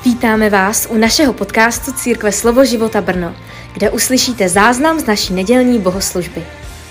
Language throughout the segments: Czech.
Vítáme vás u našeho podcastu Církve Slovo života Brno, kde uslyšíte záznam z naší nedělní bohoslužby.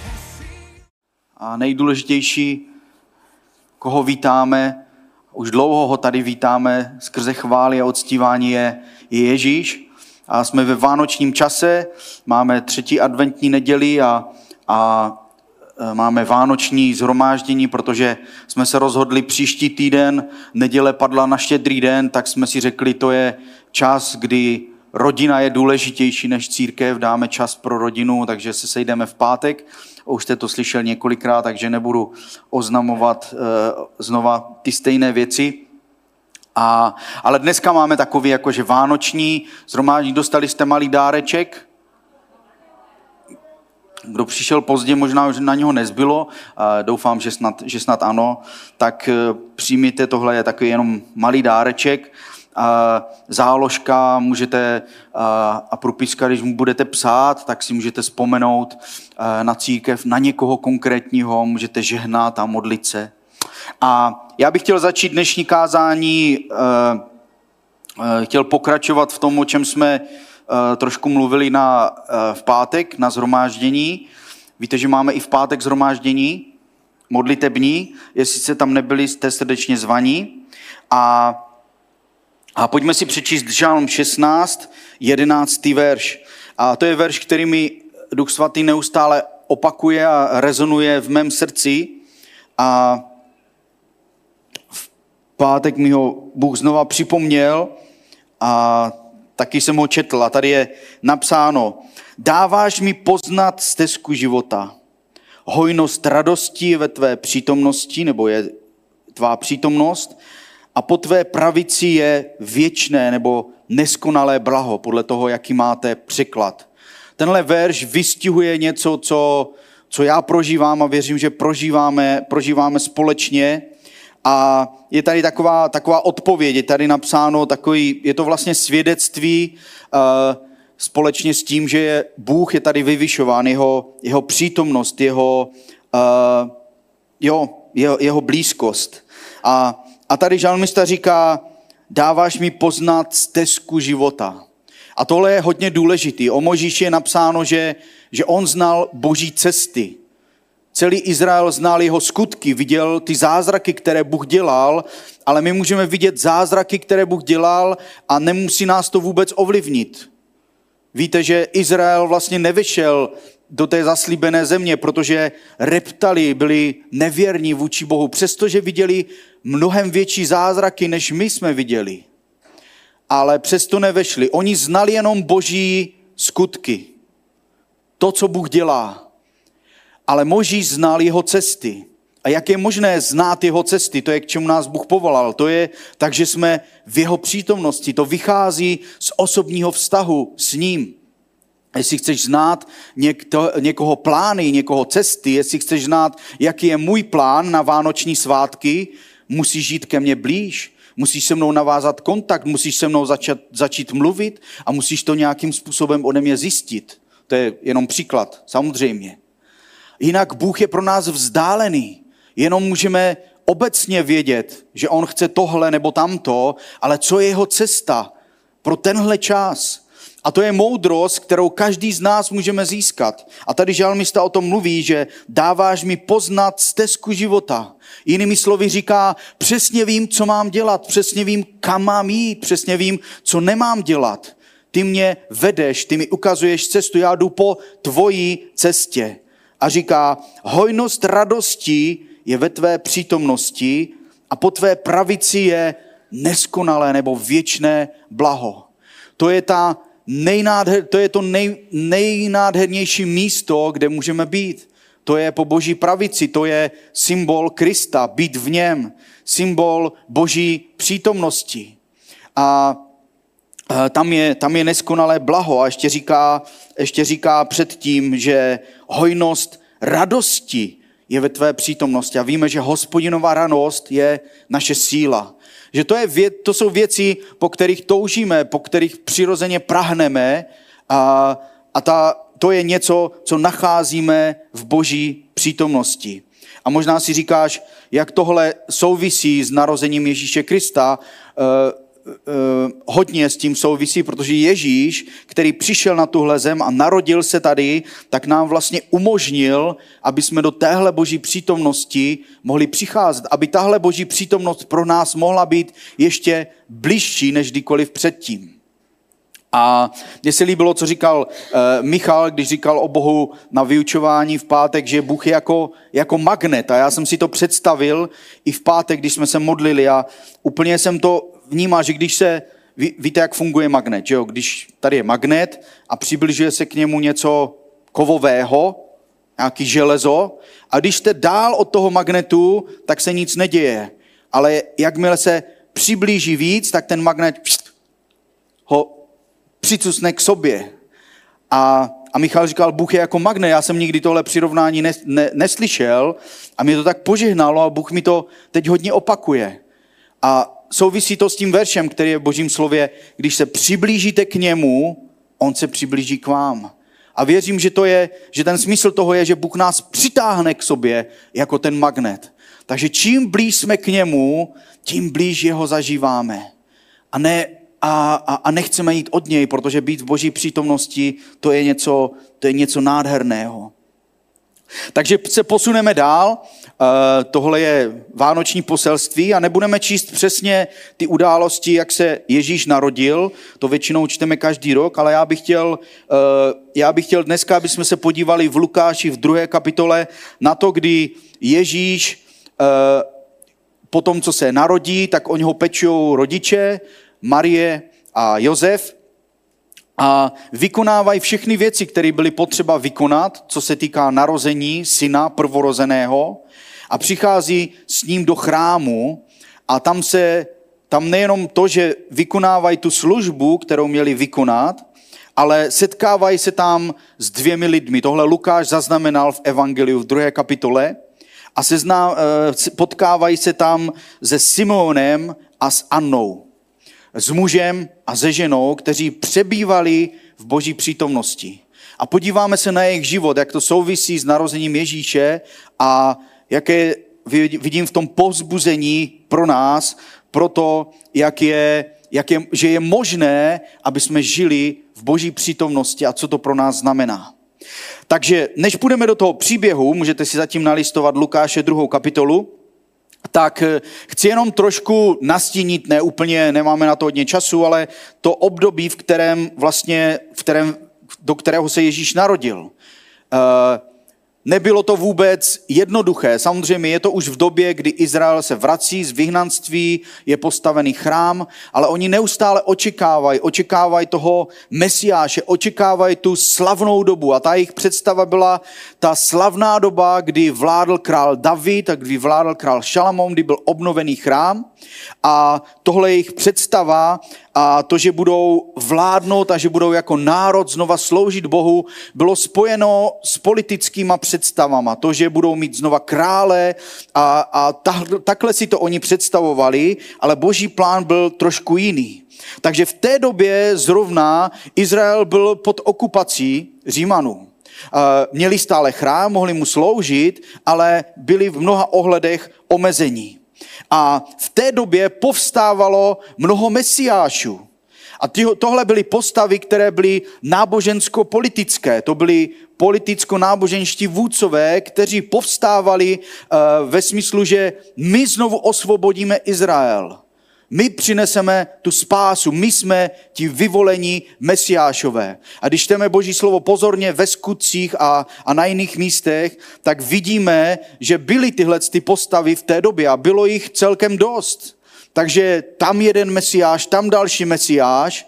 A nejdůležitější, koho vítáme, už dlouho ho tady vítáme skrze chvály a uctívání je Ježíš. A jsme ve vánočním čase, máme 3. adventní neděli a máme vánoční shromáždění, protože jsme se rozhodli příští týden, neděle padla na Štědrý den, tak jsme si řekli, to je čas, kdy rodina je důležitější než církev, dáme čas pro rodinu, takže se sejdeme v pátek. Už jste to slyšel několikrát, takže nebudu oznamovat znova ty stejné věci. Ale dneska máme takový jakože vánoční shromáždění. Dostali jste malý dáreček? Kdo přišel pozdě, možná už na něho nezbylo, doufám, že snad ano, tak přijměte, tohle je takový jenom malý dáreček, záložka, můžete a propiska, když mu budete psát, tak si můžete vzpomenout na církev, na někoho konkrétního, můžete žehnat a modlit se. A já bych chtěl začít dnešní kázání, chtěl pokračovat v tom, o čem jsme trošku mluvili v pátek na shromáždění. Víte, že máme i v pátek shromáždění modlitební. Jestli jste tam nebyli, jste srdečně zvaní. A pojďme si přečíst Žalm 16, 11. verš. A to je verš, který mi Duch Svatý neustále opakuje a rezonuje v mém srdci. A v pátek mi ho Bůh znova připomněl a taky jsem ho četl a tady je napsáno: dáváš mi poznat stezku života. Hojnost radosti je ve tvé přítomnosti, nebo je tvá přítomnost, a po tvé pravici je věčné nebo neskonalé blaho, podle toho, jaký máte překlad. Tenhle verš vystihuje něco, co já prožívám a věřím, že prožíváme společně. A je tady taková odpověď, je tady napsáno je to vlastně svědectví společně s tím, že Bůh je tady vyvyšován, jeho přítomnost, jeho blízkost. A tady žalmista říká, dáváš mi poznat stezku života. A tohle je hodně důležitý. O Mojžíši je napsáno, že on znal Boží cesty. Celý Izrael znal jeho skutky, viděl ty zázraky, které Bůh dělal, ale my můžeme vidět zázraky, které Bůh dělal a nemusí nás to vůbec ovlivnit. Víte, že Izrael vlastně nevešel do té zaslíbené země, protože reptali, byli nevěrní vůči Bohu, přestože viděli mnohem větší zázraky, než my jsme viděli. Ale přesto nevešli. Oni znali jenom Boží skutky. To, co Bůh dělá. Ale Mojžíš znal jeho cesty. A jak je možné znát jeho cesty? To je, k čemu nás Bůh povolal. To je tak, že jsme v jeho přítomnosti. To vychází z osobního vztahu s ním. Jestli chceš znát někoho plány, někoho cesty, jestli chceš znát, jaký je můj plán na vánoční svátky, musíš jít ke mně blíž, musíš se mnou navázat kontakt, musíš se mnou začít mluvit a musíš to nějakým způsobem ode mě zjistit. To je jenom příklad, samozřejmě. Jinak Bůh je pro nás vzdálený. Jenom můžeme obecně vědět, že on chce tohle nebo tamto, ale co je jeho cesta pro tenhle čas? A to je moudrost, kterou každý z nás můžeme získat. A tady žalmista o tom mluví, že dáváš mi poznat stezku života. Jinými slovy říká, přesně vím, co mám dělat, přesně vím, kam mám jít, přesně vím, co nemám dělat. Ty mě vedeš, ty mi ukazuješ cestu, já jdu po tvojí cestě. A říká, hojnost radosti je ve tvé přítomnosti a po tvé pravici je neskonalé nebo věčné blaho. To je to nejnádhernější místo, kde můžeme být. To je po Boží pravici, to je symbol Krista, být v něm, symbol Boží přítomnosti. A tam je neskonalé blaho a ještě říká předtím, že hojnost radosti je ve tvé přítomnosti. A víme, že Hospodinová radost je naše síla. Že to jsou věci, po kterých toužíme, po kterých přirozeně prahneme to je něco, co nacházíme v Boží přítomnosti. A možná si říkáš, jak tohle souvisí s narozením Ježíše Krista. hodně s tím souvisí, protože Ježíš, který přišel na tuhle zem a narodil se tady, tak nám vlastně umožnil, aby jsme do téhle boží přítomnosti mohli přicházet, aby tahle boží přítomnost pro nás mohla být ještě bližší než kdykoliv předtím. A mně se líbilo, co říkal Michal, když říkal o Bohu na vyučování v pátek, že Bůh je jako magnet. A já jsem si to představil i v pátek, když jsme se modlili a úplně jsem to vnímal, že když se, víte, jak funguje magnet, že jo? Když tady je magnet a přibližuje se k němu něco kovového, nějaký železo, a když jste dál od toho magnetu, tak se nic neděje. Ale jakmile se přiblíží víc, tak ten magnet ho přicusne k sobě. A Michal říkal, Bůh je jako magnet. Já jsem nikdy tohle přirovnání neslyšel a mě to tak požehnalo a Bůh mi to teď hodně opakuje. A souvisí to s tím veršem, který je v Božím slově, když se přiblížíte k němu, on se přiblíží k vám. A věřím, že ten smysl toho je, že Bůh nás přitáhne k sobě jako ten magnet. Takže čím blíž jsme k němu, tím blíž jeho zažíváme. A nechceme jít od něj, protože být v Boží přítomnosti, to je něco nádherného. Takže se posuneme dál. Tohle je vánoční poselství a nebudeme číst přesně ty události, jak se Ježíš narodil. To většinou čteme každý rok, ale já bych chtěl dneska, aby jsme se podívali v Lukáši v 2. kapitole na to, kdy Ježíš po tom, co se narodí, tak o něho pečujou rodiče, Marie a Josef, a vykonávají všechny věci, které byly potřeba vykonat, co se týká narození syna prvorozeného, a přichází s ním do chrámu a tam nejenom to, že vykonávají tu službu, kterou měli vykonat, ale setkávají se tam s 2 lidmi. Tohle Lukáš zaznamenal v Evangeliu v 2. kapitole a potkávají se tam se Simeonem a s Annou, s mužem a se ženou, kteří přebývali v Boží přítomnosti. A podíváme se na jejich život, jak to souvisí s narozením Ježíše a jaké vidím v tom povzbuzení pro nás, pro to, že je možné, aby jsme žili v Boží přítomnosti a co to pro nás znamená. Takže než půjdeme do toho příběhu, můžete si zatím nalistovat Lukáše 2. kapitolu, tak chci jenom trošku nastínit, ne úplně, nemáme na to hodně času, ale to období, do kterého se Ježíš narodil. Nebylo to vůbec jednoduché. Samozřejmě je to už v době, kdy Izrael se vrací z vyhnanství, je postavený chrám, ale oni neustále očekávají toho Mesiáše, očekávají tu slavnou dobu. A ta jejich představa byla ta slavná doba, kdy vládl král David a kdy vládl král Šalamoun, kdy byl obnovený chrám. A tohle je jejich představa a to, že budou vládnout a že budou jako národ znova sloužit Bohu, bylo spojeno s politickýma představama. To, že budou mít znova krále a takhle si to oni představovali, ale Boží plán byl trošku jiný. Takže v té době zrovna Izrael byl pod okupací Římanů. Měli stále chrám, mohli mu sloužit, ale byli v mnoha ohledech omezení. A v té době povstávalo mnoho mesiášů. A tohle byly postavy, které byly nábožensko-politické. To byly politicko-náboženští vůdcové, kteří povstávali ve smyslu, že my znovu osvobodíme Izrael. My přineseme tu spásu, my jsme ti vyvolení mesiášové. A když čteme Boží slovo pozorně ve Skutcích a na jiných místech, tak vidíme, že byly tyhle postavy v té době a bylo jich celkem dost. Takže tam jeden mesiáš, tam další mesiáš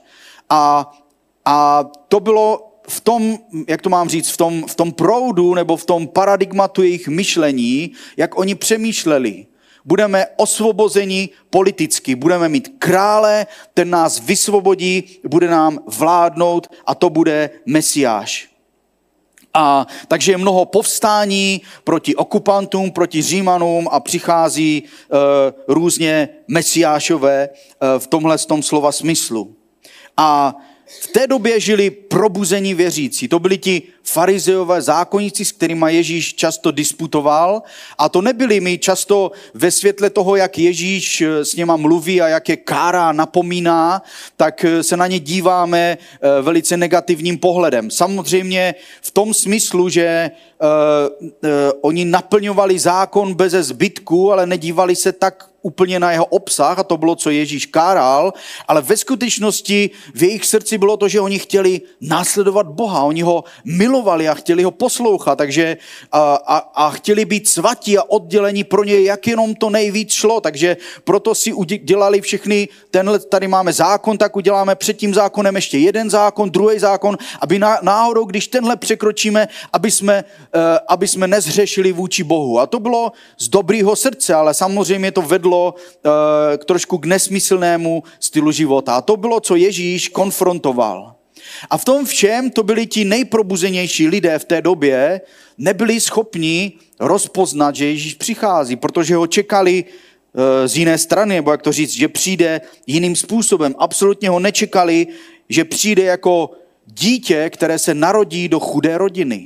a to bylo v tom, jak to mám říct, v tom proudu nebo v tom paradigmatu jejich myšlení, jak oni přemýšleli. Budeme osvobozeni politicky, budeme mít krále, ten nás vysvobodí, bude nám vládnout a to bude Mesiáš. A takže je mnoho povstání proti okupantům, proti Římanům a přichází různě Mesiášové v tom slova smyslu. A v té době žili probuzení věřící. To byli ti farizeové zákonníci, s kterými Ježíš často disputoval. A to nebyli my často ve světle toho, jak Ježíš s něma mluví a jak je kárá, napomíná, tak se na ně díváme velice negativním pohledem. Samozřejmě v tom smyslu, že oni naplňovali zákon beze zbytku, ale nedívali se tak úplně na jeho obsah, a to bylo, co Ježíš káral, ale ve skutečnosti v jejich srdci bylo to, že oni chtěli následovat Boha, oni ho milovali a chtěli ho poslouchat, takže a chtěli být svatí a oddělení pro ně, jak jenom to nejvíc šlo, takže proto si udělali všechny, tady máme zákon, tak uděláme před tím zákonem ještě jeden zákon, druhý zákon, aby náhodou, když tenhle překročíme, aby jsme nezhřešili vůči Bohu. A to bylo z dobrýho srdce, ale samozřejmě to vedlo trošku k nesmyslnému stylu života. A to bylo, co Ježíš konfrontoval. A v tom všem to byli ti nejprobuzenější lidé v té době, nebyli schopni rozpoznat, že Ježíš přichází, protože ho čekali z jiné strany, nebo jak to říct, že přijde jiným způsobem. Absolutně ho nečekali, že přijde jako dítě, které se narodí do chudé rodiny.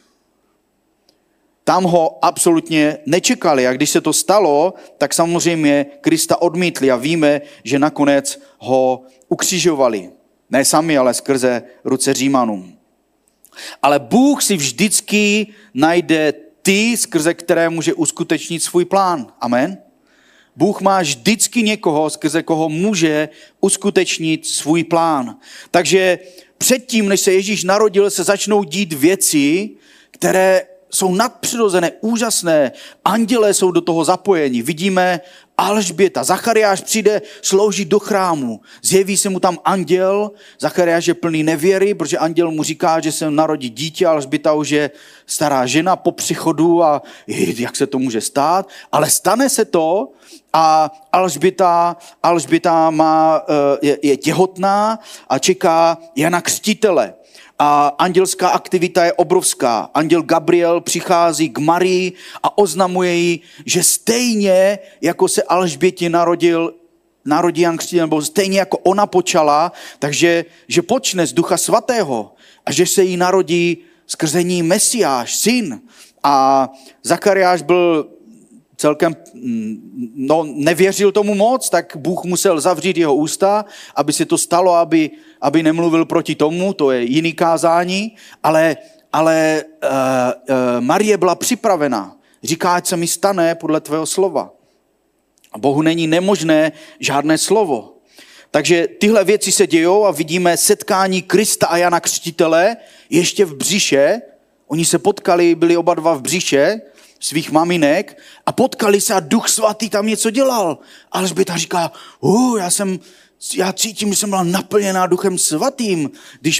Tam ho absolutně nečekali a když se to stalo, tak samozřejmě Krista odmítli a víme, že nakonec ho ukřižovali. Ne sami, ale skrze ruce Římanům. Ale Bůh si vždycky najde ty, skrze které může uskutečnit svůj plán. Amen. Bůh má vždycky někoho, skrze koho může uskutečnit svůj plán. Takže předtím, než se Ježíš narodil, se začnou dít věci, které jsou nadpřirozené, úžasné. Andělé jsou do toho zapojeni. Vidíme Alžběta. Zachariáš přijde sloužit do chrámu. Zjeví se mu tam anděl. Zachariáš je plný nevěry, protože anděl mu říká, že se narodí dítě. Alžběta už je stará žena po přichodu a jak se to může stát. Ale stane se to a Alžběta je těhotná a čeká Jana Křtitele. A andělská aktivita je obrovská. Anděl Gabriel přichází k Marii a oznamuje jí, že stejně jako se Alžbětě narodí Jan Křtitel, nebo stejně jako ona počala, takže že počne z Ducha Svatého a že se jí narodí skrze ní Mesiáš, syn. A Zachariáš byl celkem, nevěřil tomu moc, tak Bůh musel zavřít jeho ústa, aby se to stalo, aby nemluvil proti tomu, to je jiný kázání, ale Marie byla připravena. Říká, ať se mi stane podle tvého slova. A Bohu není nemožné žádné slovo. Takže tyhle věci se dějou a vidíme setkání Krista a Jana Křtitele ještě v břiše. Oni se potkali, byli oba dva v břiše svých maminek a potkali se a Duch Svatý tam něco dělal. Alžběta říká, já cítím, že jsem byla naplněná Duchem Svatým, když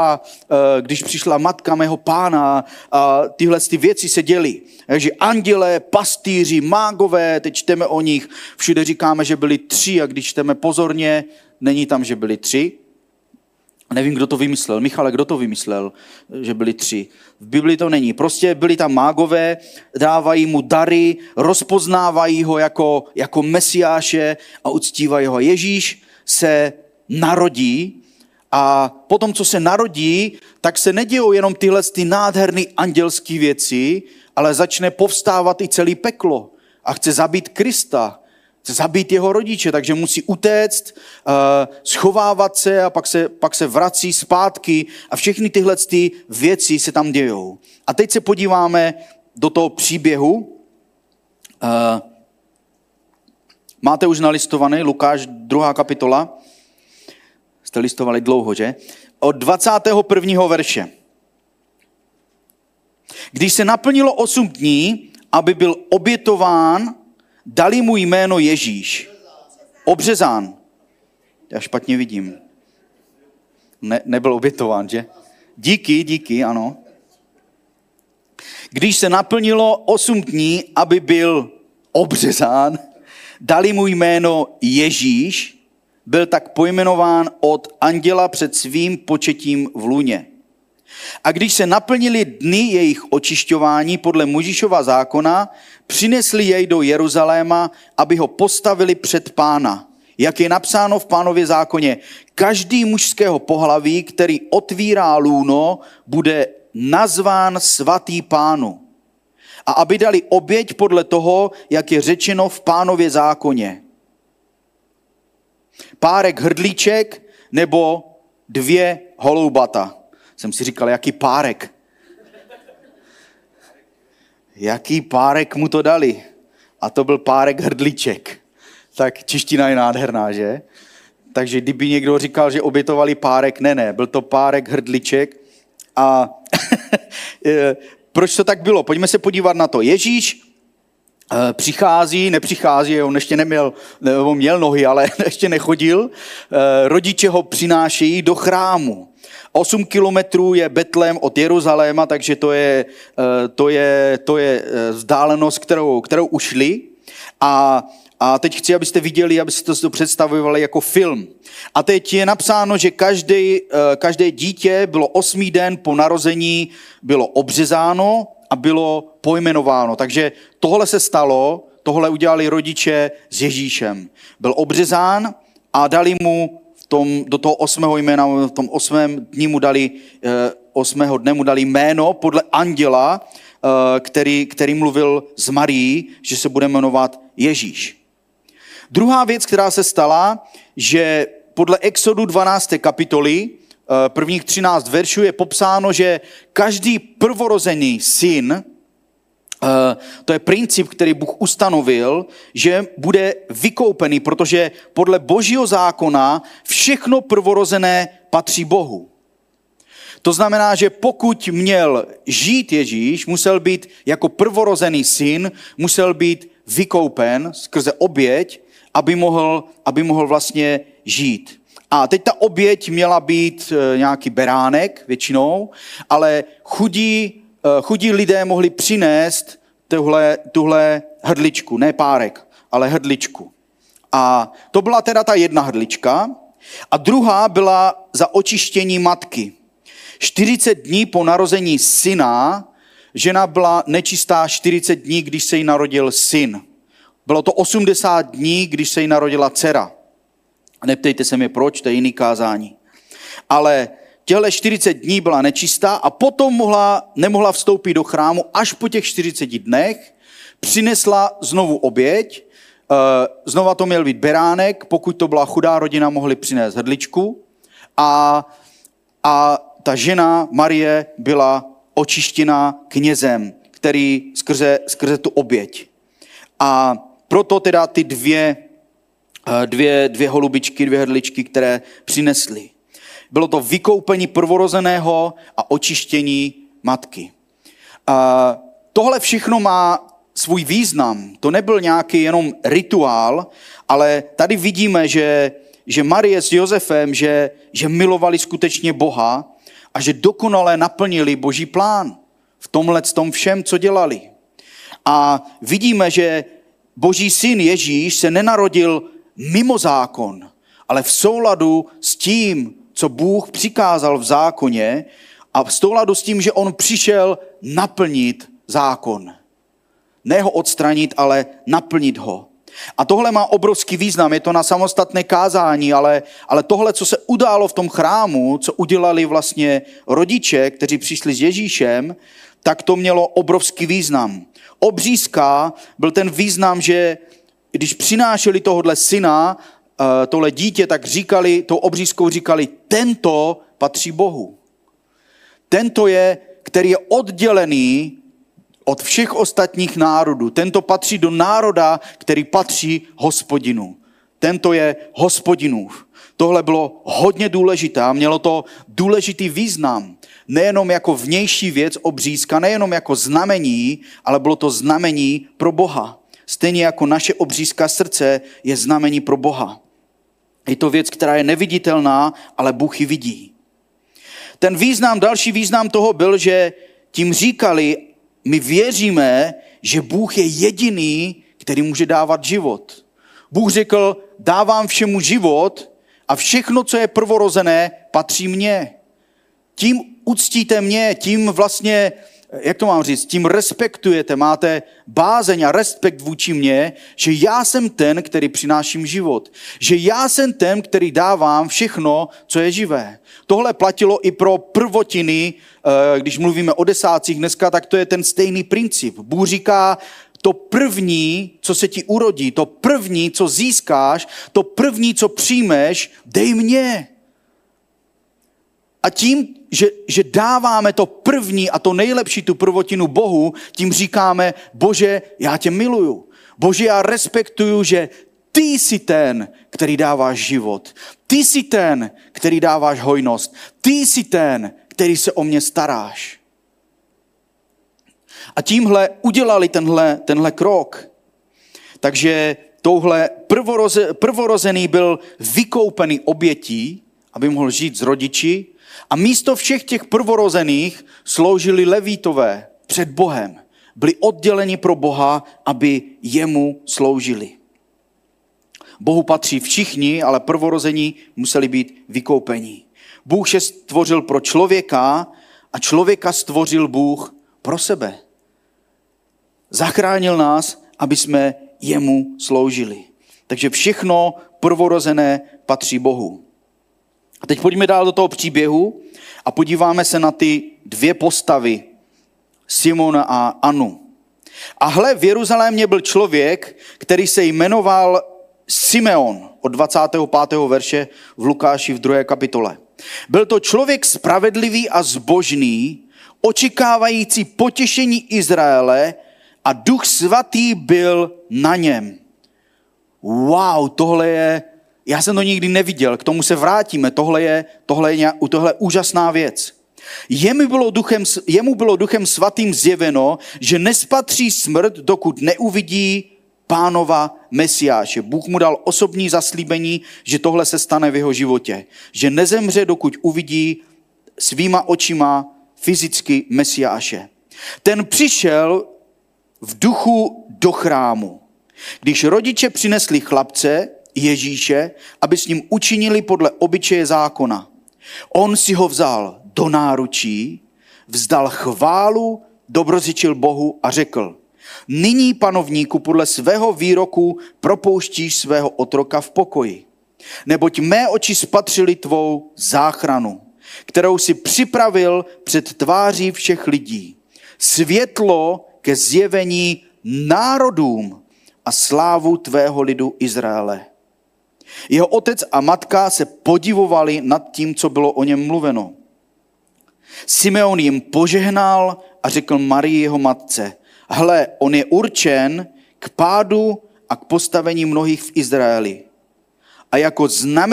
přišla matka mého pána a tyhle věci se děly. Takže andělé, pastýři, mágové, teď čteme o nich, všude říkáme, že byli 3 a když čteme pozorně, není tam, že byli 3. Nevím, kdo to vymyslel. Michale, kdo to vymyslel, že byli 3? V Biblii to není. Prostě byli tam mágové, dávají mu dary, rozpoznávají ho jako mesiáše a uctívají ho. Ježíš se narodí a potom, co se narodí, tak se nedějou jenom tyhle nádherné andělské věci, ale začne povstávat i celý peklo a chce zabít Krista, chce zabít jeho rodiče, takže musí utéct, schovávat se a pak se vrací zpátky a všechny tyhle věci se tam dějou. A teď se podíváme do toho příběhu. Máte už nalistovaný Lukáš 2. kapitola? Jste listovali dlouho, že? Od 21. verše. Když se naplnilo 8 dní, aby byl obětován, dali mu jméno Ježíš. Obřezán. Já špatně vidím. Nebyl obětován, že? Díky, ano. Když se naplnilo 8 dní, aby byl obřezán, dali mu jméno Ježíš, byl tak pojmenován od anděla před svým početím v lůně. A když se naplnili dny jejich očišťování podle Mojžíšova zákona, přinesli jej do Jeruzaléma, aby ho postavili před Pána. Jak je napsáno v Pánově zákoně, každý mužského pohlaví, který otvírá lůno, bude nazván svatý Pánu. A aby dali oběť podle toho, jak je řečeno v Pánově zákoně. Párek hrdlíček nebo 2 holoubata. Jsem si říkal, jaký párek? Jaký párek mu to dali? A to byl párek hrdlíček. Tak čeština je nádherná, že? Takže kdyby někdo říkal, že obětovali párek, ne, byl to párek hrdliček. A proč to tak bylo? Pojďme se podívat na to. Ježíš nepřichází, on ještě měl nohy, ale ještě nechodil. Rodiče ho přinášejí do chrámu. 8 kilometrů je Betlém od Jeruzaléma, takže to je vzdálenost, kterou ušli. A teď chci, abyste viděli, abyste to představovali jako film. A teď je napsáno, že každé dítě bylo 8. den po narození, bylo obřezáno a bylo pojmenováno. Takže tohle se stalo, tohle udělali rodiče s Ježíšem. Byl obřezán a dali mu do toho 8. jména, v tom 8. dne mu dali jméno podle anděla, který mluvil s Marií, že se bude jmenovat Ježíš. Druhá věc, která se stala, že podle Exodu 12. kapitoly, prvních 13 veršů je popsáno, že každý prvorozený syn, to je princip, který Bůh ustanovil, že bude vykoupený, protože podle Božího zákona všechno prvorozené patří Bohu. To znamená, že pokud měl žít Ježíš, musel být jako prvorozený syn, musel být vykoupen skrze oběť, aby mohl vlastně žít. A teď ta oběť měla být nějaký beránek většinou, ale chudí lidé mohli přinést tuhle hrdličku, ne párek, ale hrdličku. A to byla teda ta jedna hrdlička a druhá byla za očištění matky. 40 dní po narození syna žena byla nečistá 40 dní, když se jí narodil syn. Bylo to 80 dní, když se jí narodila dcera. Neptejte se mě proč, to je jiný kázání. Ale těhle 40 dní byla nečistá a potom nemohla vstoupit do chrámu až po těch 40 dnech. Přinesla znovu oběť, znova to měl být beránek, pokud to byla chudá rodina, mohli přinést hrdličku. A ta žena Marie byla očištěna knězem, který skrze tu oběť. A proto teda ty dvě holubičky, 2 hrdličky, které přinesly. Bylo to vykoupení prvorozeného a očištění matky. A tohle všechno má svůj význam. To nebyl nějaký jenom rituál, ale tady vidíme, že Marie s Josefem, že milovali skutečně Boha a že dokonale naplnili Boží plán v tomhletom všem, co dělali. A vidíme, že Boží syn Ježíš se nenarodil mimo zákon, ale v souladu s tím, co Bůh přikázal v zákoně a v souladu s tím, že on přišel naplnit zákon. Ne ho odstranit, ale naplnit ho. A tohle má obrovský význam, je to na samostatné kázání, ale tohle, co se událo v tom chrámu, co udělali vlastně rodiče, kteří přišli s Ježíšem, tak to mělo obrovský význam. Obřízka byl ten význam, že když přinášeli tohodle syna, tohle dítě, tak tou obřízkou říkali, tento patří Bohu. Tento je, který je oddělený od všech ostatních národů. Tento patří do národa, který patří Hospodinu. Tento je Hospodinův. Tohle bylo hodně důležité a mělo to důležitý význam. Nejenom jako vnější věc obřízka, nejenom jako znamení, ale bylo to znamení pro Boha. Stejně jako naše obřízka srdce je znamení pro Boha. Je to věc, která je neviditelná, ale Bůh ji vidí. Další význam toho byl, že tím říkali, my věříme, že Bůh je jediný, který může dávat život. Bůh řekl, dávám všemu život a všechno, co je prvorozené, patří mně. Tím uctíte mě, tím vlastně jak to mám říct, tím respektujete, máte bázeň a respekt vůči mně, že já jsem ten, který přináším život. Že já jsem ten, který dávám všechno, co je živé. Tohle platilo i pro prvotiny, když mluvíme o desácích dneska, tak to je ten stejný princip. Bůh říká, to první, co se ti urodí, to první, co získáš, to první, co přijmeš, dej mně. A tím, že dáváme to první a to nejlepší, tu prvotinu Bohu, tím říkáme, Bože, já tě miluju. Bože, já respektuju, že ty jsi ten, který dáváš život. Ty jsi ten, který dáváš hojnost. Ty jsi ten, který se o mě staráš. A tímhle udělali tenhle krok. Takže touhle prvorozený byl vykoupený obětí, aby mohl žít s rodiči. A místo všech těch prvorozených sloužili levítové před Bohem. Byli odděleni pro Boha, aby jemu sloužili. Bohu patří všichni, ale prvorození museli být vykoupeni. Bůh je stvořil pro člověka a člověka stvořil Bůh pro sebe. Zachránil nás, aby jsme jemu sloužili. Takže všechno prvorozené patří Bohu. A teď pojďme dál do toho příběhu a podíváme se na ty dvě postavy, Simona a Annu. A hle, v Jeruzalémě byl člověk, který se jmenoval Simeon, od 25. verše v Lukáši v 2. kapitole. Byl to člověk spravedlivý a zbožný, očekávající potěšení Izraele a Duch Svatý byl na něm. Wow, tohle je, já jsem to nikdy neviděl, k tomu se vrátíme, tohle je úžasná věc. Jemu bylo Duchem Svatým zjeveno, že nespatří smrt, dokud neuvidí Pánova Mesiáše. Bůh mu dal osobní zaslíbení, že tohle se stane v jeho životě. Že nezemře, dokud uvidí svýma očima fyzicky Mesiáše. Ten přišel v duchu do chrámu. Když rodiče přinesli chlapce Ježíše, aby s ním učinili podle obyčeje zákona. On si ho vzal do náručí, vzdal chválu, dobrořečil Bohu a řekl: Nyní, panovníku, podle svého výroku propouštíš svého otroka v pokoji. Neboť mé oči spatřily tvou záchranu, kterou si připravil před tváří všech lidí. Světlo ke zjevení národům a slávu tvého lidu Izraele. Jeho otec a matka se podivovali nad tím, co bylo o něm mluveno. Simeon jim požehnal a řekl Marii jeho matce: Hle, on je určen k pádu a k postavení mnohých v Izraeli. A jako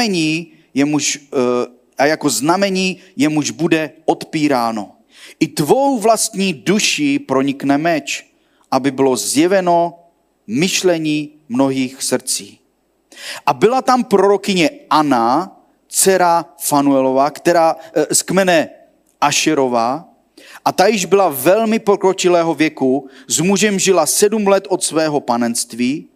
znamení jemuž bude odpíráno. I tvou vlastní duši pronikne meč, aby bylo zjeveno myšlení mnohých srdcí. A byla tam prorokyně Anna, dcera Fanuelova, která z kmene Ašerova, a ta již byla velmi pokročilého věku, s mužem žila 7 let od svého panenství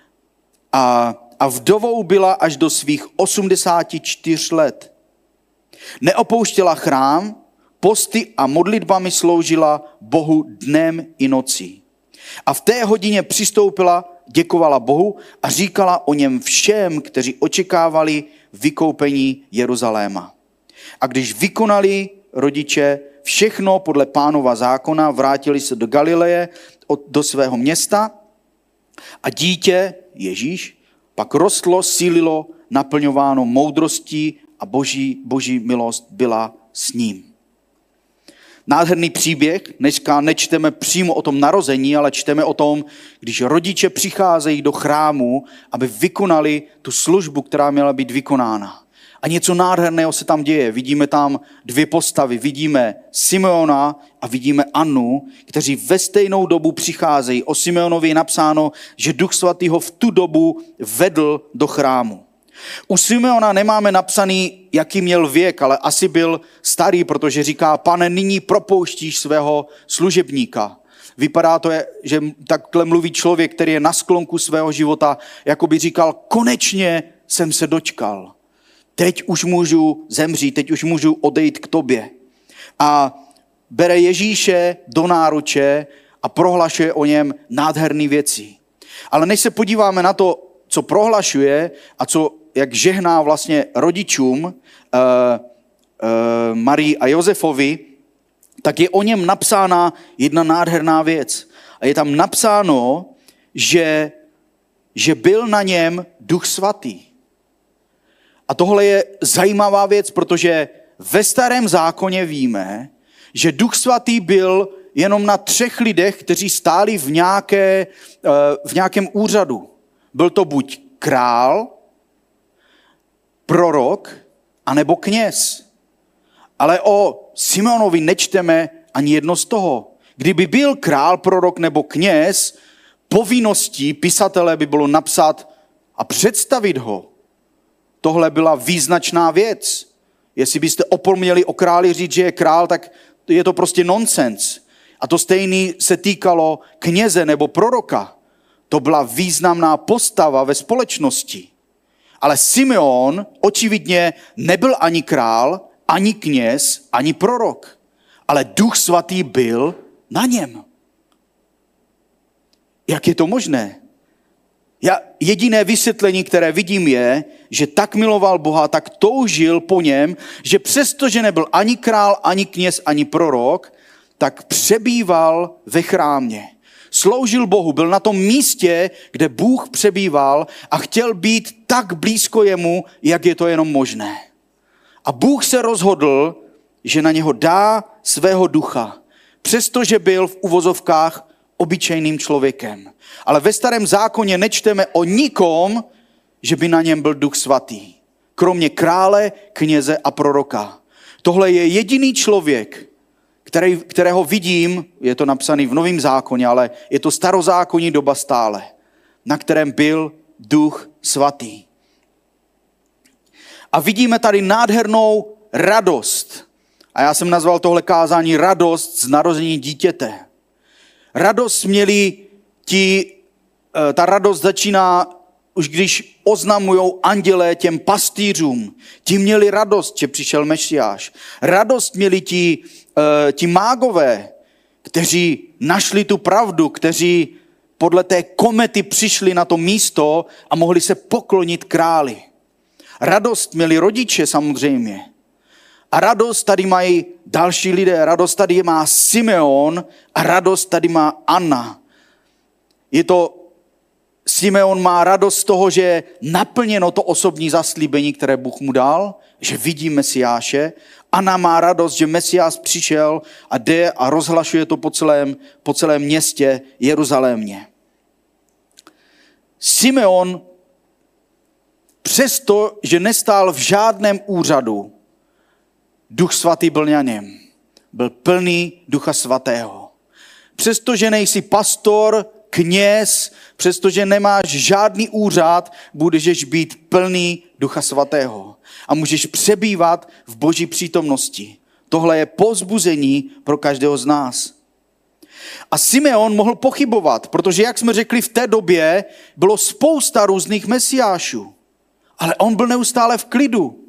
a vdovou byla až do svých 84 let. Neopouštěla chrám, posty a modlitbami sloužila Bohu dnem i nocí. A v té hodině přistoupila, děkovala Bohu a říkala o něm všem, kteří očekávali vykoupení Jeruzaléma. A když vykonali rodiče všechno podle Pánova zákona, vrátili se do Galileje, do svého města a dítě, Ježíš, pak rostlo, sílilo, naplňováno moudrostí a boží milost byla s ním. Nádherný příběh, dneska nečteme přímo o tom narození, ale čteme o tom, když rodiče přicházejí do chrámu, aby vykonali tu službu, která měla být vykonána. A něco nádherného se tam děje. Vidíme tam 2 postavy. Vidíme Simeona a vidíme Annu, kteří ve stejnou dobu přicházejí. O Simeonovi je napsáno, že Duch Svatý ho v tu dobu vedl do chrámu. U Simeona nemáme napsaný, jaký měl věk, ale asi byl starý, protože říká: Pane, nyní propouštíš svého služebníka. Vypadá to, že takhle mluví člověk, který je na sklonku svého života, jako by říkal: konečně jsem se dočkal. Teď už můžu zemřít, teď už můžu odejít k tobě. A bere Ježíše do náruče a prohlašuje o něm nádherné věci. Ale než se podíváme na to, co prohlašuje a jak žehná vlastně rodičům Marii a Josefovi, tak je o něm napsána jedna nádherná věc. A je tam napsáno, že byl na něm Duch Svatý. A tohle je zajímavá věc, protože ve Starém zákoně víme, že Duch Svatý byl jenom na 3 lidech, kteří stáli v nějakém úřadu. Byl to buď král, prorok, anebo kněz. Ale o Simeonovi nečteme ani jedno z toho. Kdyby byl král, prorok nebo kněz, povinností pisatele by bylo napsat a představit ho. Tohle byla význačná věc. Jestli byste opomněli o králi říct, že je král, tak je to prostě nonsens. A to stejný se týkalo kněze nebo proroka. To byla významná postava ve společnosti. Ale Simeon očividně nebyl ani král, ani kněz, ani prorok. Ale Duch Svatý byl na něm. Jak je to možné? Jediné vysvětlení, které vidím, je, že tak miloval Boha, tak toužil po něm, že přestože nebyl ani král, ani kněz, ani prorok, tak přebýval ve chrámě. Sloužil Bohu, byl na tom místě, kde Bůh přebýval a chtěl být tak blízko jemu, jak je to jenom možné. A Bůh se rozhodl, že na něho dá svého ducha, přestože byl v uvozovkách obyčejným člověkem. Ale ve Starém zákoně nečteme o nikom, že by na něm byl Duch Svatý. Kromě krále, kněze a proroka. Tohle je jediný člověk, kterého vidím, je to napsaný v Novém zákoně, ale je to starozákonní doba stále, na kterém byl Duch Svatý. A vidíme tady nádhernou radost. A já jsem nazval tohle kázání radost z narození dítěte. Radost měli ta radost začíná už když oznamujou andělé těm pastýřům. Ti měli radost, že přišel Mesiáš. Radost měli ti mágové, kteří našli tu pravdu, kteří podle té komety přišli na to místo a mohli se poklonit králi. Radost měli rodiče samozřejmě. A radost tady mají další lidé. Radost tady má Simeon a radost tady má Anna. Simeon má radost z toho, že je naplněno to osobní zaslíbení, které Bůh mu dal, že vidí Mesiáše. Anna má radost, že Mesiáš přišel a jde a rozhlašuje to po celém městě Jeruzalémě. Simeon, přesto, že nestál v žádném úřadu, Duch Svatý byl na něm. Byl plný Ducha Svatého. Přestože nejsi pastor, kněz, přestože nemáš žádný úřad, budeš být plný Ducha Svatého. A můžeš přebývat v Boží přítomnosti. Tohle je povzbuzení pro každého z nás. A Simeon mohl pochybovat, protože, jak jsme řekli, v té době bylo spousta různých mesiášů. Ale on byl neustále v klidu.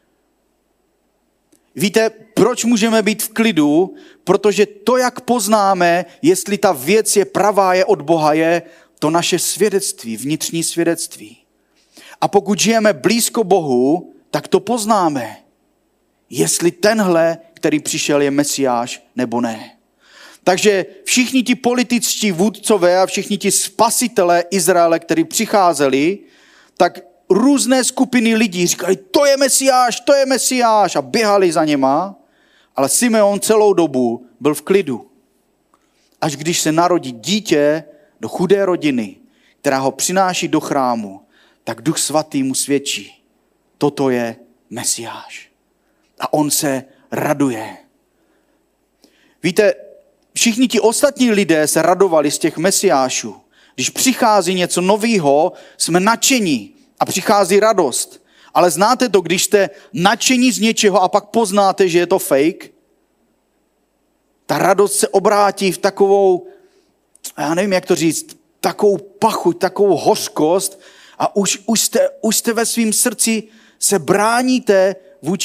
Víte, proč můžeme být v klidu? Protože to, jak poznáme, jestli ta věc je pravá, je od Boha, je to naše svědectví, vnitřní svědectví. A pokud žijeme blízko Bohu, tak to poznáme, jestli tenhle, který přišel, je Mesiáš nebo ne. Takže všichni ti političtí vůdcové a všichni ti spasitelé Izraele, kteří přicházeli, tak různé skupiny lidí říkali, to je Mesiáš a běhali za něma, ale Simeon celou dobu byl v klidu. Až když se narodí dítě do chudé rodiny, která ho přináší do chrámu, tak Duch Svatý mu svědčí, toto je Mesiáš. A on se raduje. Víte, všichni ti ostatní lidé se radovali z těch Mesiášů. Když přichází něco nového, jsme nadšení. A přichází radost. Ale znáte to, když jste nadšení z něčeho a pak poznáte, že je to fake? Ta radost se obrátí v takovou, já nevím, jak to říct, takovou pachuť, takovou hořkost a už jste ve svém srdci se bráníte vůči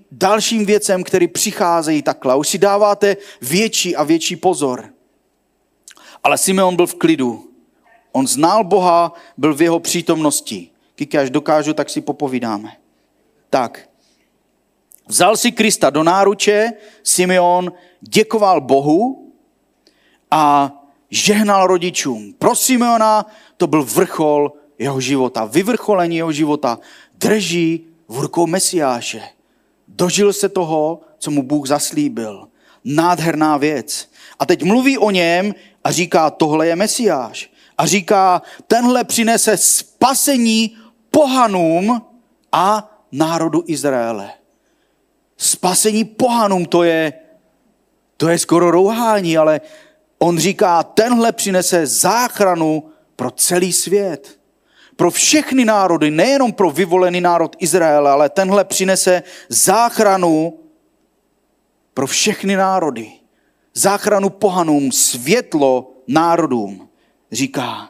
dalším věcem, které přicházejí takhle. Už si dáváte větší a větší pozor. Ale Simeon byl v klidu. On znal Boha, byl v jeho přítomnosti. Kiki, až dokážu, tak si popovídáme. Tak. Vzal si Krista do náruče, Simeon děkoval Bohu a žehnal rodičům. Pro Simeona to byl vrchol jeho života, vyvrcholení jeho života. Drží v rukou Mesiáše. Dožil se toho, co mu Bůh zaslíbil. Nádherná věc. A teď mluví o něm a říká, tohle je Mesiáš. A říká, tenhle přinese spasení pohanům a národu Izraele. Spasení pohanům, to je skoro rouhání, ale on říká, tenhle přinese záchranu pro celý svět. Pro všechny národy, nejenom pro vyvolený národ Izraele, ale tenhle přinese záchranu pro všechny národy. Záchranu pohanům, světlo národům, říká.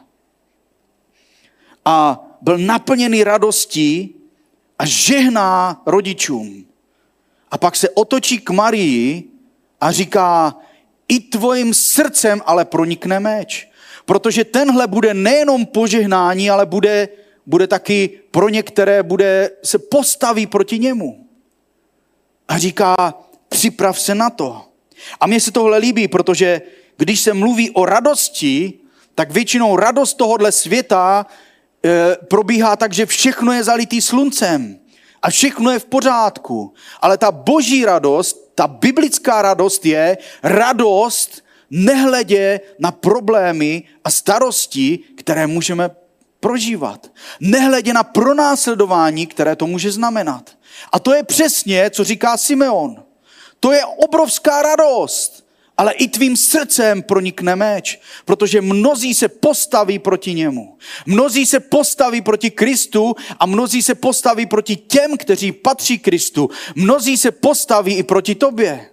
A byl naplněný radostí a žehná rodičům. A pak se otočí k Marii a říká, i tvojím srdcem ale pronikne meč. Protože tenhle bude nejenom požehnání, ale bude taky pro některé, se postaví proti němu. A říká, připrav se na to. A mně se tohle líbí, protože když se mluví o radosti, tak většinou radost tohohle světa probíhá tak, že všechno je zalitý sluncem a všechno je v pořádku. Ale ta boží radost, ta biblická radost je radost nehledě na problémy a starosti, které můžeme prožívat. Nehledě na pronásledování, které to může znamenat. A to je přesně, co říká Simeon. To je obrovská radost, ale i tvým srdcem pronikne meč, protože mnozí se postaví proti němu. Mnozí se postaví proti Kristu a mnozí se postaví proti těm, kteří patří Kristu. Mnozí se postaví i proti tobě.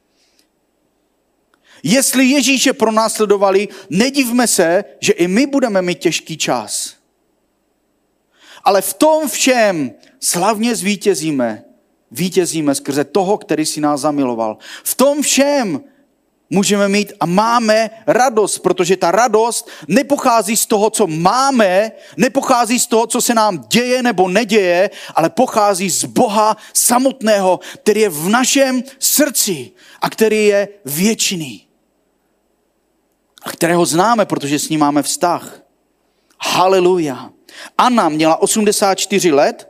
Jestli Ježíše pronásledovali, nedivme se, že i my budeme mít těžký čas. Ale v tom všem slavně vítězíme skrze toho, který si nás zamiloval. V tom všem můžeme mít a máme radost, protože ta radost nepochází z toho, co máme, nepochází z toho, co se nám děje nebo neděje, ale pochází z Boha samotného, který je v našem srdci a který je věčný. A kterého známe, protože s ním máme vztah. Haleluja. Anna měla 84 let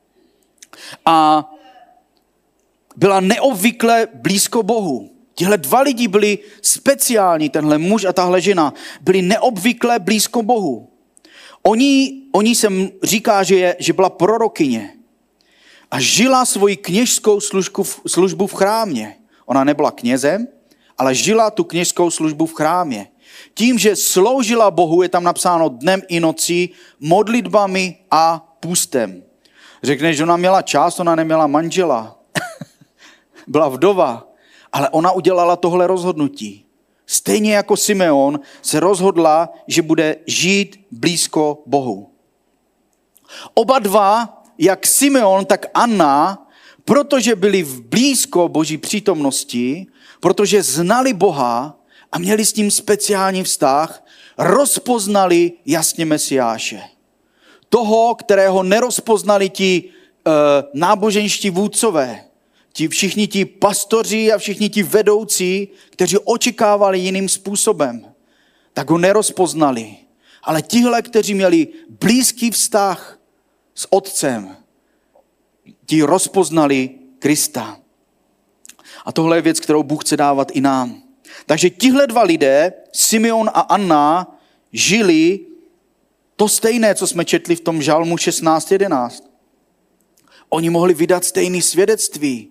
a byla neobvykle blízko Bohu. Tihle dva lidi byli speciální, tenhle muž a tahle žena, byli neobvykle blízko Bohu. Oni se říká, že byla prorokyně a žila svoji kněžskou službu v chrámě. Ona nebyla knězem, ale žila tu kněžskou službu v chrámě. Tím, že sloužila Bohu, je tam napsáno dnem i nocí, modlitbami a půstem. Řekneš, že ona měla čas, ona neměla manžela. Byla vdova, ale ona udělala tohle rozhodnutí. Stejně jako Simeon se rozhodla, že bude žít blízko Bohu. Oba dva, jak Simeon, tak Anna, protože byli v blízko Boží přítomnosti, protože znali Boha a měli s ním speciální vztah, rozpoznali jasně Mesiáše. Toho, kterého nerozpoznali ti náboženští vůdcové, všichni ti pastoři a všichni ti vedoucí, kteří očekávali jiným způsobem, tak ho nerozpoznali. Ale tihle, kteří měli blízký vztah s Otcem, ti rozpoznali Krista. A tohle je věc, kterou Bůh chce dávat i nám. Takže tihle dva lidé, Simeon a Anna, žili to stejné, co jsme četli v tom žalmu 16:11. Oni mohli vydat stejné svědectví.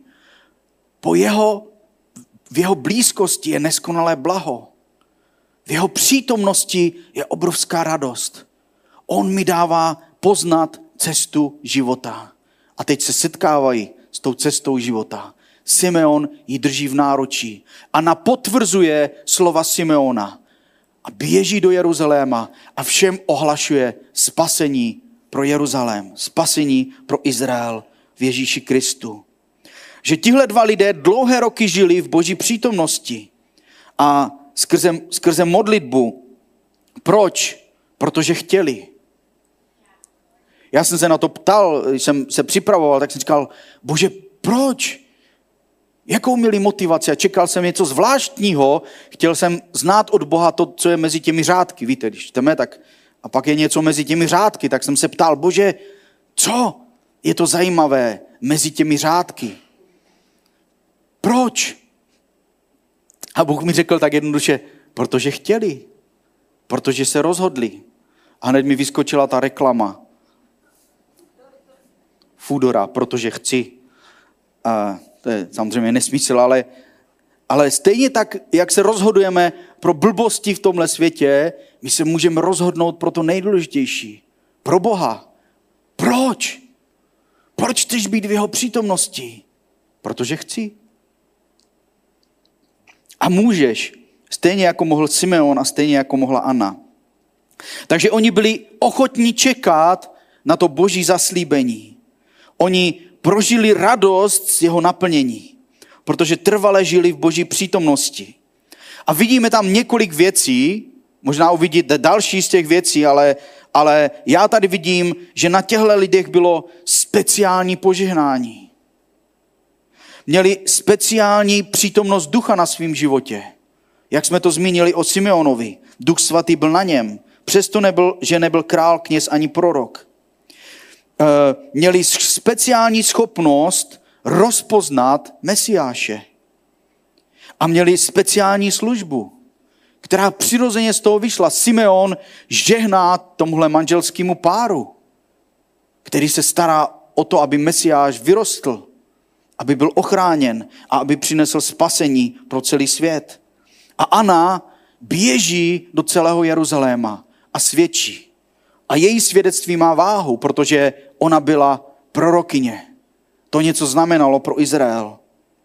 V jeho blízkosti je neskonalé blaho. V jeho přítomnosti je obrovská radost. On mi dává poznat cestu života. A teď se setkávají s tou cestou života. Simeon ji drží v náručí. Anna potvrzuje slova Simeona a běží do Jeruzaléma a všem ohlašuje spasení pro Jeruzalém, spasení pro Izrael v Ježíši Kristu. že tihle dva lidé dlouhé roky žili v Boží přítomnosti a skrze modlitbu. Proč? Protože chtěli. Já jsem se na to ptal, když jsem se připravoval, tak jsem říkal, Bože, proč? Jakou měli motivaci? A čekal jsem něco zvláštního, chtěl jsem znát od Boha to, co je mezi těmi řádky. Víte, když čteme, tak a pak je něco mezi těmi řádky, tak jsem se ptal, Bože, co je to zajímavé mezi těmi řádky? Proč? A Bůh mi řekl tak jednoduše, protože chtěli, protože se rozhodli. A hned mi vyskočila ta reklama. Foodora, protože chci. A to je samozřejmě nesmysl, ale stejně tak, jak se rozhodujeme pro blbosti v tomhle světě, my se můžeme rozhodnout pro to nejdůležitější. Pro Boha. Proč? Proč chceš být v jeho přítomnosti? Protože chci. A můžeš, stejně jako mohl Simeon a stejně jako mohla Anna. Takže oni byli ochotní čekat na to Boží zaslíbení. Oni prožili radost z jeho naplnění, protože trvale žili v Boží přítomnosti. A vidíme tam několik věcí, možná uvidíte další z těch věcí, ale já tady vidím, že na těchto lidech bylo speciální požehnání. Měli speciální přítomnost ducha na svém životě. Jak jsme to zmínili o Simeonovi. Duch svatý byl na něm. Přesto že nebyl král, kněz ani prorok. Měli speciální schopnost rozpoznat Mesiáše. A měli speciální službu, která přirozeně z toho vyšla. Simeon žehná tomuhle manželskému páru, který se stará o to, aby Mesiáš vyrostl, aby byl ochráněn a aby přinesl spasení pro celý svět. A Anna běží do celého Jeruzaléma a svědčí. A její svědectví má váhu, protože ona byla prorokyně. To něco znamenalo pro Izrael.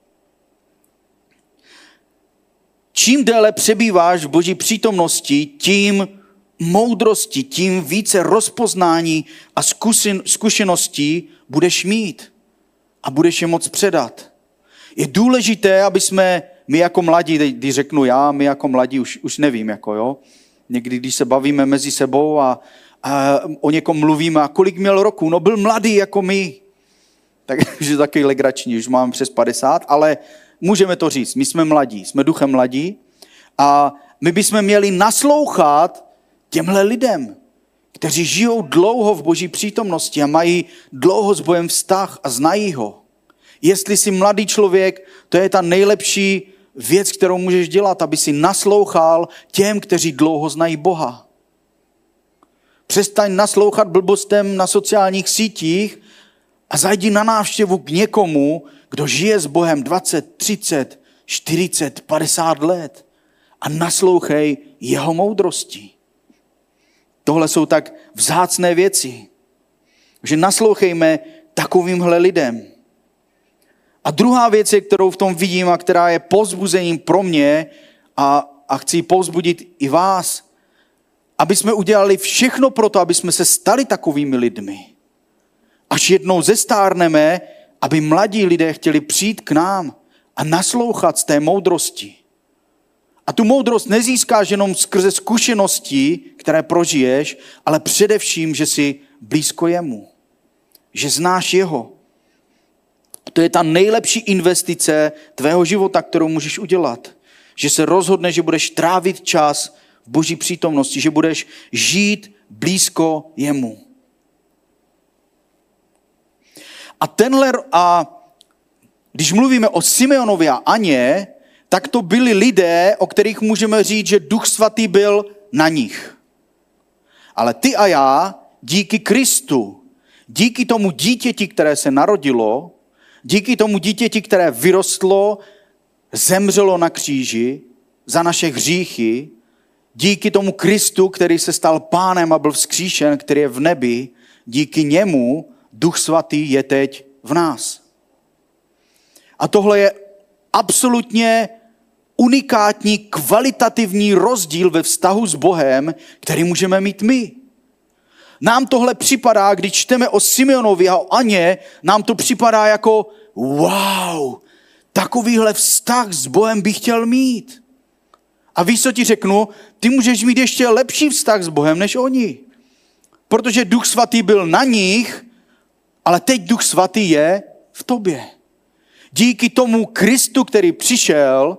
Čím déle přebýváš v Boží přítomnosti, tím moudrosti, tím více rozpoznání a zkušeností budeš mít a budeš je moc předat. Je důležité, aby my jako mladí, když řeknu já, my jako mladí už nevím, jako jo. Někdy, když se bavíme mezi sebou a o někom mluvíme a kolik měl roku, no byl mladý jako my. Takže taky legrační, už máme přes 50, ale můžeme to říct, my jsme mladí, jsme duchem mladí a my bychom měli naslouchat těmhle lidem, kteří žijou dlouho v Boží přítomnosti a mají dlouho s Bohem vztah a znají ho. Jestli jsi mladý člověk, to je ta nejlepší věc, kterou můžeš dělat, aby si naslouchal těm, kteří dlouho znají Boha. Přestaň naslouchat blbostem na sociálních sítích a zajdi na návštěvu k někomu, kdo žije s Bohem 20, 30, 40, 50 let a naslouchej jeho moudrosti. Tohle jsou tak vzácné věci, že naslouchejme takovýmhle lidem. A druhá věc, kterou v tom vidím a která je povzbuzením pro mě a chci povzbudit i vás, aby jsme udělali všechno pro to, aby jsme se stali takovými lidmi. Až jednou zestárneme, aby mladí lidé chtěli přijít k nám a naslouchat z té moudrosti. A tu moudrost nezískáš jenom skrze zkušenosti, které prožiješ, ale především, že jsi blízko jemu. Že znáš jeho. To je ta nejlepší investice tvého života, kterou můžeš udělat. Že se rozhodneš, že budeš trávit čas v Boží přítomnosti, že budeš žít blízko jemu. A když mluvíme o Simeonovi a Aně, tak to byli lidé, o kterých můžeme říct, že Duch svatý byl na nich. Ale ty a já, díky Kristu, díky tomu dítěti, které se narodilo, díky tomu dítěti, které vyrostlo, zemřelo na kříži za naše hříchy, díky tomu Kristu, který se stal pánem a byl vzkříšen, který je v nebi, díky němu Duch svatý je teď v nás. A tohle je absolutně unikátní, kvalitativní rozdíl ve vztahu s Bohem, který můžeme mít my. Nám tohle připadá, když čteme o Simeonovi a o Aně, nám to připadá jako wow, takovýhle vztah s Bohem bych chtěl mít. A víš, co ti řeknu? Ty můžeš mít ještě lepší vztah s Bohem než oni. Protože Duch Svatý byl na nich, ale teď Duch Svatý je v tobě. Díky tomu Kristu, který přišel,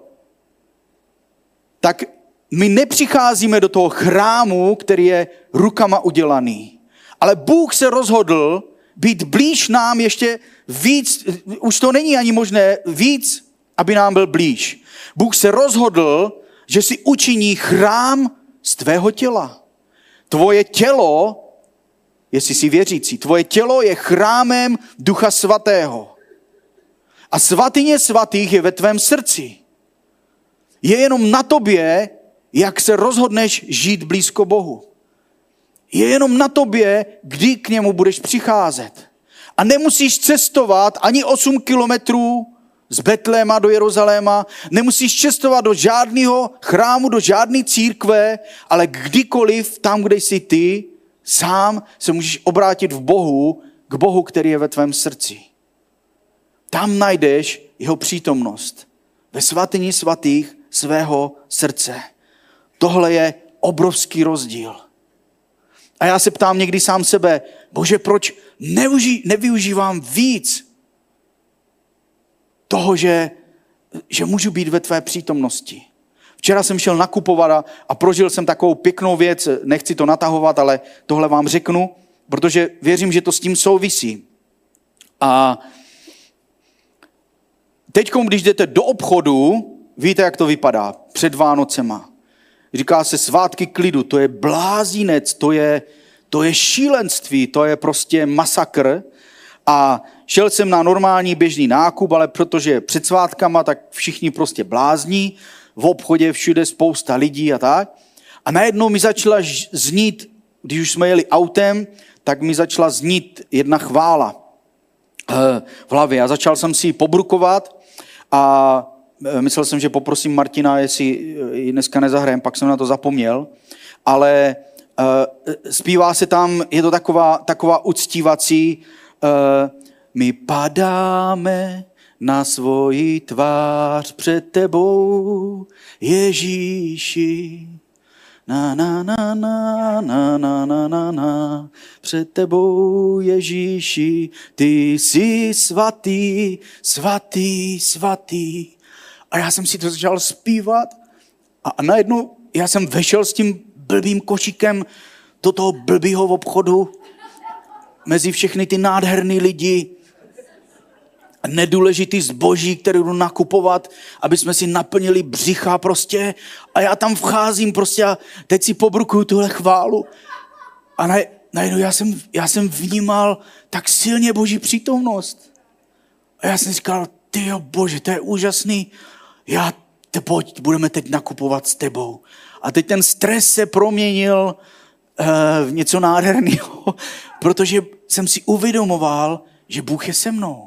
tak my nepřicházíme do toho chrámu, který je rukama udělaný. Ale Bůh se rozhodl být blíž nám ještě víc, už to není ani možné víc, aby nám byl blíž. Bůh se rozhodl, že si učiní chrám z tvého těla. Tvoje tělo, jestli jsi věřící, tvoje tělo je chrámem Ducha Svatého. A svatyně svatých je ve tvém srdci. Je jenom na tobě, jak se rozhodneš žít blízko Bohu. Je jenom na tobě, kdy k němu budeš přicházet. A nemusíš cestovat ani 8 kilometrů z Betléma do Jeruzaléma, nemusíš cestovat do žádného chrámu, do žádné církve, ale kdykoliv tam, kde jsi ty, sám se můžeš obrátit k Bohu, který je ve tvém srdci. Tam najdeš jeho přítomnost. Ve svatyni svatých svého srdce. Tohle je obrovský rozdíl. A já se ptám někdy sám sebe, Bože, proč nevyužívám víc toho, že můžu být ve tvé přítomnosti. Včera jsem šel nakupovat a prožil jsem takovou pěknou věc, nechci to natahovat, ale tohle vám řeknu, protože věřím, že to s tím souvisí. A teď, když jdete do obchodu, víte, jak to vypadá před Vánocema. Říká se svátky klidu, to je blázinec, to je šílenství, to je prostě masakr. A šel jsem na normální běžný nákup, ale protože před svátkama, tak všichni prostě blázní, v obchodě všude spousta lidí a tak. A najednou mi začala znít, když už jsme jeli autem, tak mi začala znít jedna chvála v hlavě. A začal jsem si ji pobrukovat a myslel jsem, že poprosím Martina, jestli ji dneska nezahrajem, pak jsem na to zapomněl. Ale zpívá se tam, je to taková uctívací, my padáme na svoji tvář před tebou, Ježíši. Na, na, na, na, na, na, na, na, na. Před tebou, Ježíši, ty jsi svatý, svatý, svatý. A já jsem si to začal zpívat a najednou já jsem vešel s tím blbým košíkem do toho blbýho obchodu mezi všechny ty nádherný lidi, nedůležitý zboží, které jdu nakupovat, aby jsme si naplnili břicha prostě. A já tam vcházím prostě a teď si pobrukuju tuhle chválu. A najednou já jsem vnímal tak silně Boží přítomnost. A já jsem říkal, tyjo Bože, to je úžasný. Pojď, budeme teď nakupovat s tebou. A teď ten stres se proměnil v něco nádherného, protože jsem si uvědomoval, že Bůh je se mnou.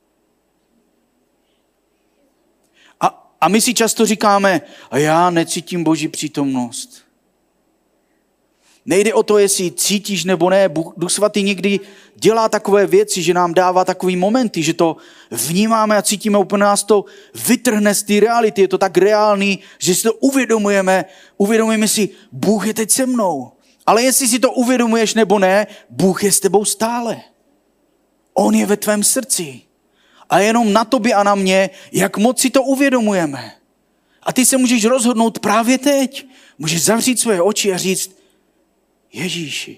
A my si často říkáme, a já necítím Boží přítomnost. Nejde o to, jestli cítíš nebo ne. Duch Svatý někdy dělá takové věci, že nám dává takové momenty, že to vnímáme a cítíme, úplně nás to vytrhne z té reality. Je to tak reálný, že si to uvědomujeme si, Bůh je teď se mnou. Ale jestli si to uvědomuješ nebo ne, Bůh je s tebou stále. On je ve tvém srdci. A jenom na tobě a na mě, jak moc si to uvědomujeme. A ty se můžeš rozhodnout právě teď. Můžeš zavřít svoje oči a říct, Ježíši.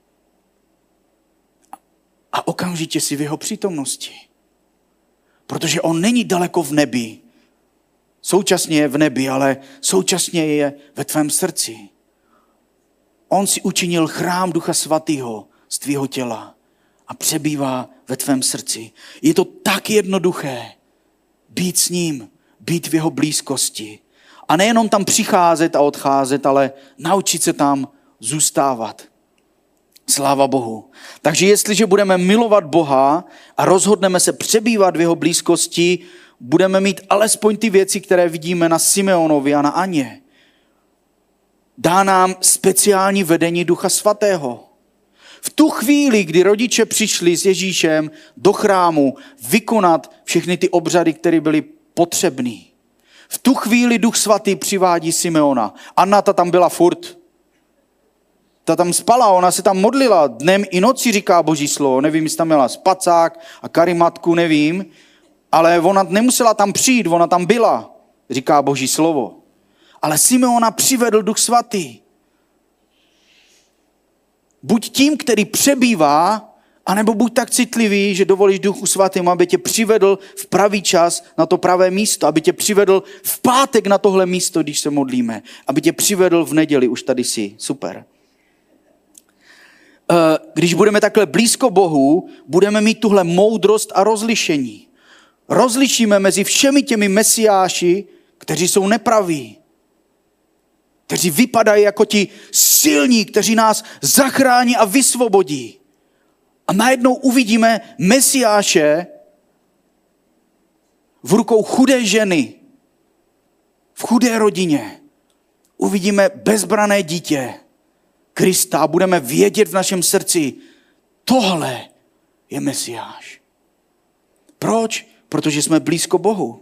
A okamžitě si v jeho přítomnosti. Protože on není daleko v nebi. Současně je v nebi, ale současně je ve tvém srdci. On si učinil chrám Ducha Svatého z tvého těla a přebývá ve tvém srdci. Je to tak jednoduché být s ním, být v jeho blízkosti. A nejenom tam přicházet a odcházet, ale naučit se tam zůstávat. Sláva Bohu. Takže jestliže budeme milovat Boha a rozhodneme se přebývat v jeho blízkosti, budeme mít alespoň ty věci, které vidíme na Simeonovi a na Aně. Dá nám speciální vedení Ducha Svatého. V tu chvíli, kdy rodiče přišli s Ježíšem do chrámu vykonat všechny ty obřady, které byly potřebné, v tu chvíli Duch Svatý přivádí Simeona. Anna ta tam byla furt. Ta tam spala, ona se tam modlila dnem i noci, říká Boží slovo. Nevím, jestli tam měla spacák a karimatku, nevím. Ale ona nemusela tam přijít, ona tam byla, říká Boží slovo. Ale Simeona přivedl Duch Svatý. Buď tím, který přebývá, anebo buď tak citlivý, že dovolíš Duchu Svatému, aby tě přivedl v pravý čas na to pravé místo, aby tě přivedl v pátek na tohle místo, když se modlíme, aby tě přivedl v neděli, už tady jsi, super. Když budeme takhle blízko Bohu, budeme mít tuhle moudrost a rozlišení. Rozlišíme mezi všemi těmi mesiáši, kteří jsou nepraví, kteří vypadají jako ti silní, kteří nás zachrání a vysvobodí. A najednou uvidíme mesiáše v rukou chudé ženy, v chudé rodině. Uvidíme bezbrané dítě Krista a budeme vědět v našem srdci, tohle je mesiáš. Proč? Protože jsme blízko Bohu.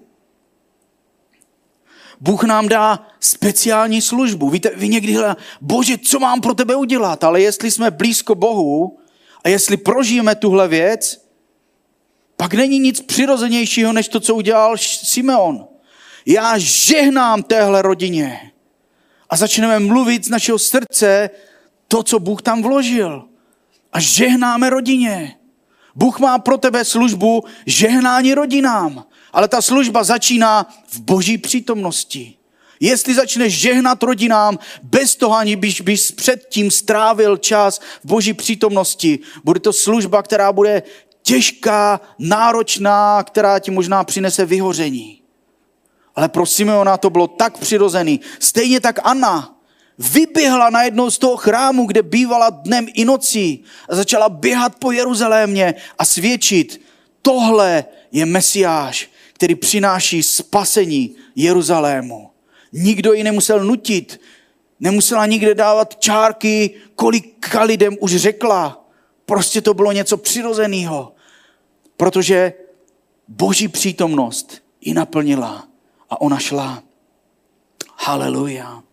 Bůh nám dá speciální službu. Víte, vy někdy hledáte, Bože, co mám pro tebe udělat? Ale jestli jsme blízko Bohu a jestli prožijeme tuhle věc, pak není nic přirozenějšího, než to, co udělal Simeon. Já žehnám téhle rodině. A začneme mluvit z našeho srdce to, co Bůh tam vložil. A žehnáme rodině. Bůh má pro tebe službu žehnání rodinám. Ale ta služba začíná v Boží přítomnosti. Jestli začneš žehnat rodinám bez toho, aniž bys předtím strávil čas v Boží přítomnosti, bude to služba, která bude těžká, náročná, která ti možná přinese vyhoření. Ale pro Simeona to bylo tak přirozený. Stejně tak Anna vyběhla najednou z toho chrámu, kde bývala dnem i nocí a začala běhat po Jeruzalémě a svědčit, tohle je Mesiáš, který přináší spasení Jeruzalému. Nikdo ji nemusel nutit, nemusela nikde dávat čárky, kolika lidem už řekla. Prostě to bylo něco přirozeného, protože Boží přítomnost ji naplnila a ona šla. Haleluja.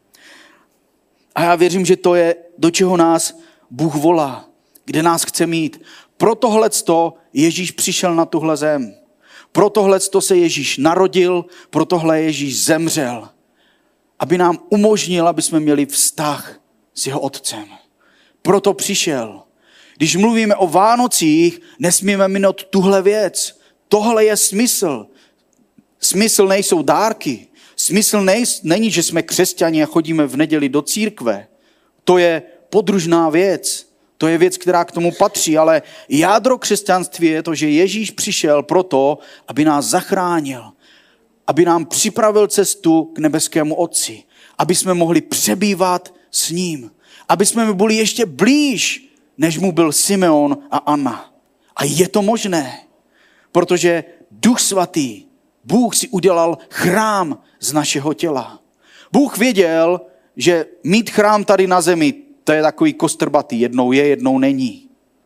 A já věřím, že to je, do čeho nás Bůh volá, kde nás chce mít. Pro tohleto Ježíš přišel na tuhle zem. Pro tohleto se Ježíš narodil, pro tohle Ježíš zemřel. Aby nám umožnil, aby jsme měli vztah s jeho otcem. Proto přišel. Když mluvíme o Vánocích, nesmíme minout tuhle věc. Tohle je smysl. Smysl nejsou dárky. Smysl není, že jsme křesťani a chodíme v neděli do církve. To je podružná věc. To je věc, která k tomu patří, ale jádro křesťanství je to, že Ježíš přišel proto, aby nás zachránil, aby nám připravil cestu k nebeskému Otci, aby jsme mohli přebývat s ním, aby jsme byli ještě blíž, než mu byl Simeon a Anna. A je to možné, protože Duch Svatý, Bůh si udělal chrám z našeho těla. Bůh věděl, že mít chrám tady na zemi, to je takový kostrbatý, jednou je, jednou není.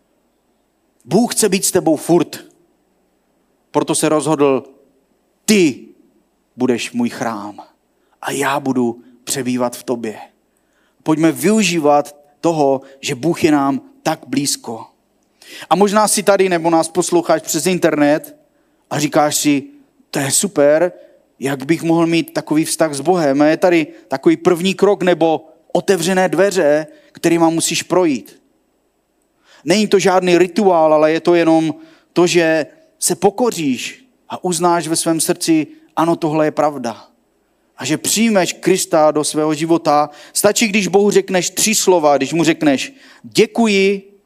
Bůh chce být s tebou furt. Proto se rozhodl, ty budeš můj chrám a já budu přebývat v tobě. Pojďme využívat toho, že Bůh je nám tak blízko. A možná si tady nebo nás posloucháš přes internet a říkáš si, to je super, jak bych mohl mít takový vztah s Bohem. A je tady takový první krok nebo otevřené dveře, kterýma musíš projít. Není to žádný rituál, ale je to jenom to, že se pokoříš a uznáš ve svém srdci, ano, tohle je pravda. A že přijmeš Krista do svého života. Stačí, když Bohu řekneš 3 slova, když mu řekneš děkuji,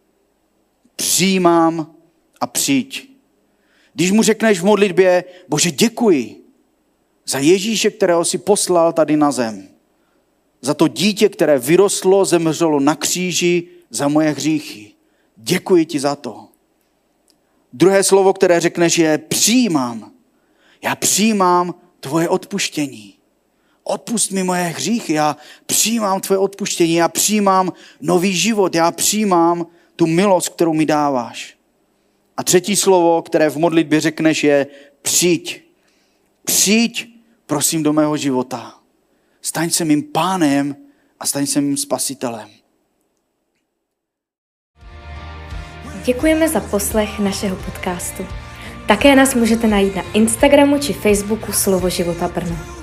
přijímám a přijď. Když mu řekneš v modlitbě, Bože, děkuji za Ježíše, kterého si poslal tady na zem. Za to dítě, které vyrostlo, zemřelo na kříži za moje hříchy. Děkuji ti za to. Druhé slovo, které řekneš, je přijímám. Já přijímám tvoje odpuštění. Odpusť mi moje hříchy, já přijímám tvoje odpuštění, já přijímám nový život, já přijímám tu milost, kterou mi dáváš. A třetí slovo, které v modlitbě řekneš, je přijď. Přijď, prosím, do mého života. Staň se mým pánem a staň se mým spasitelem. Děkujeme za poslech našeho podcastu. Také nás můžete najít na Instagramu či Facebooku Slovo života Brno.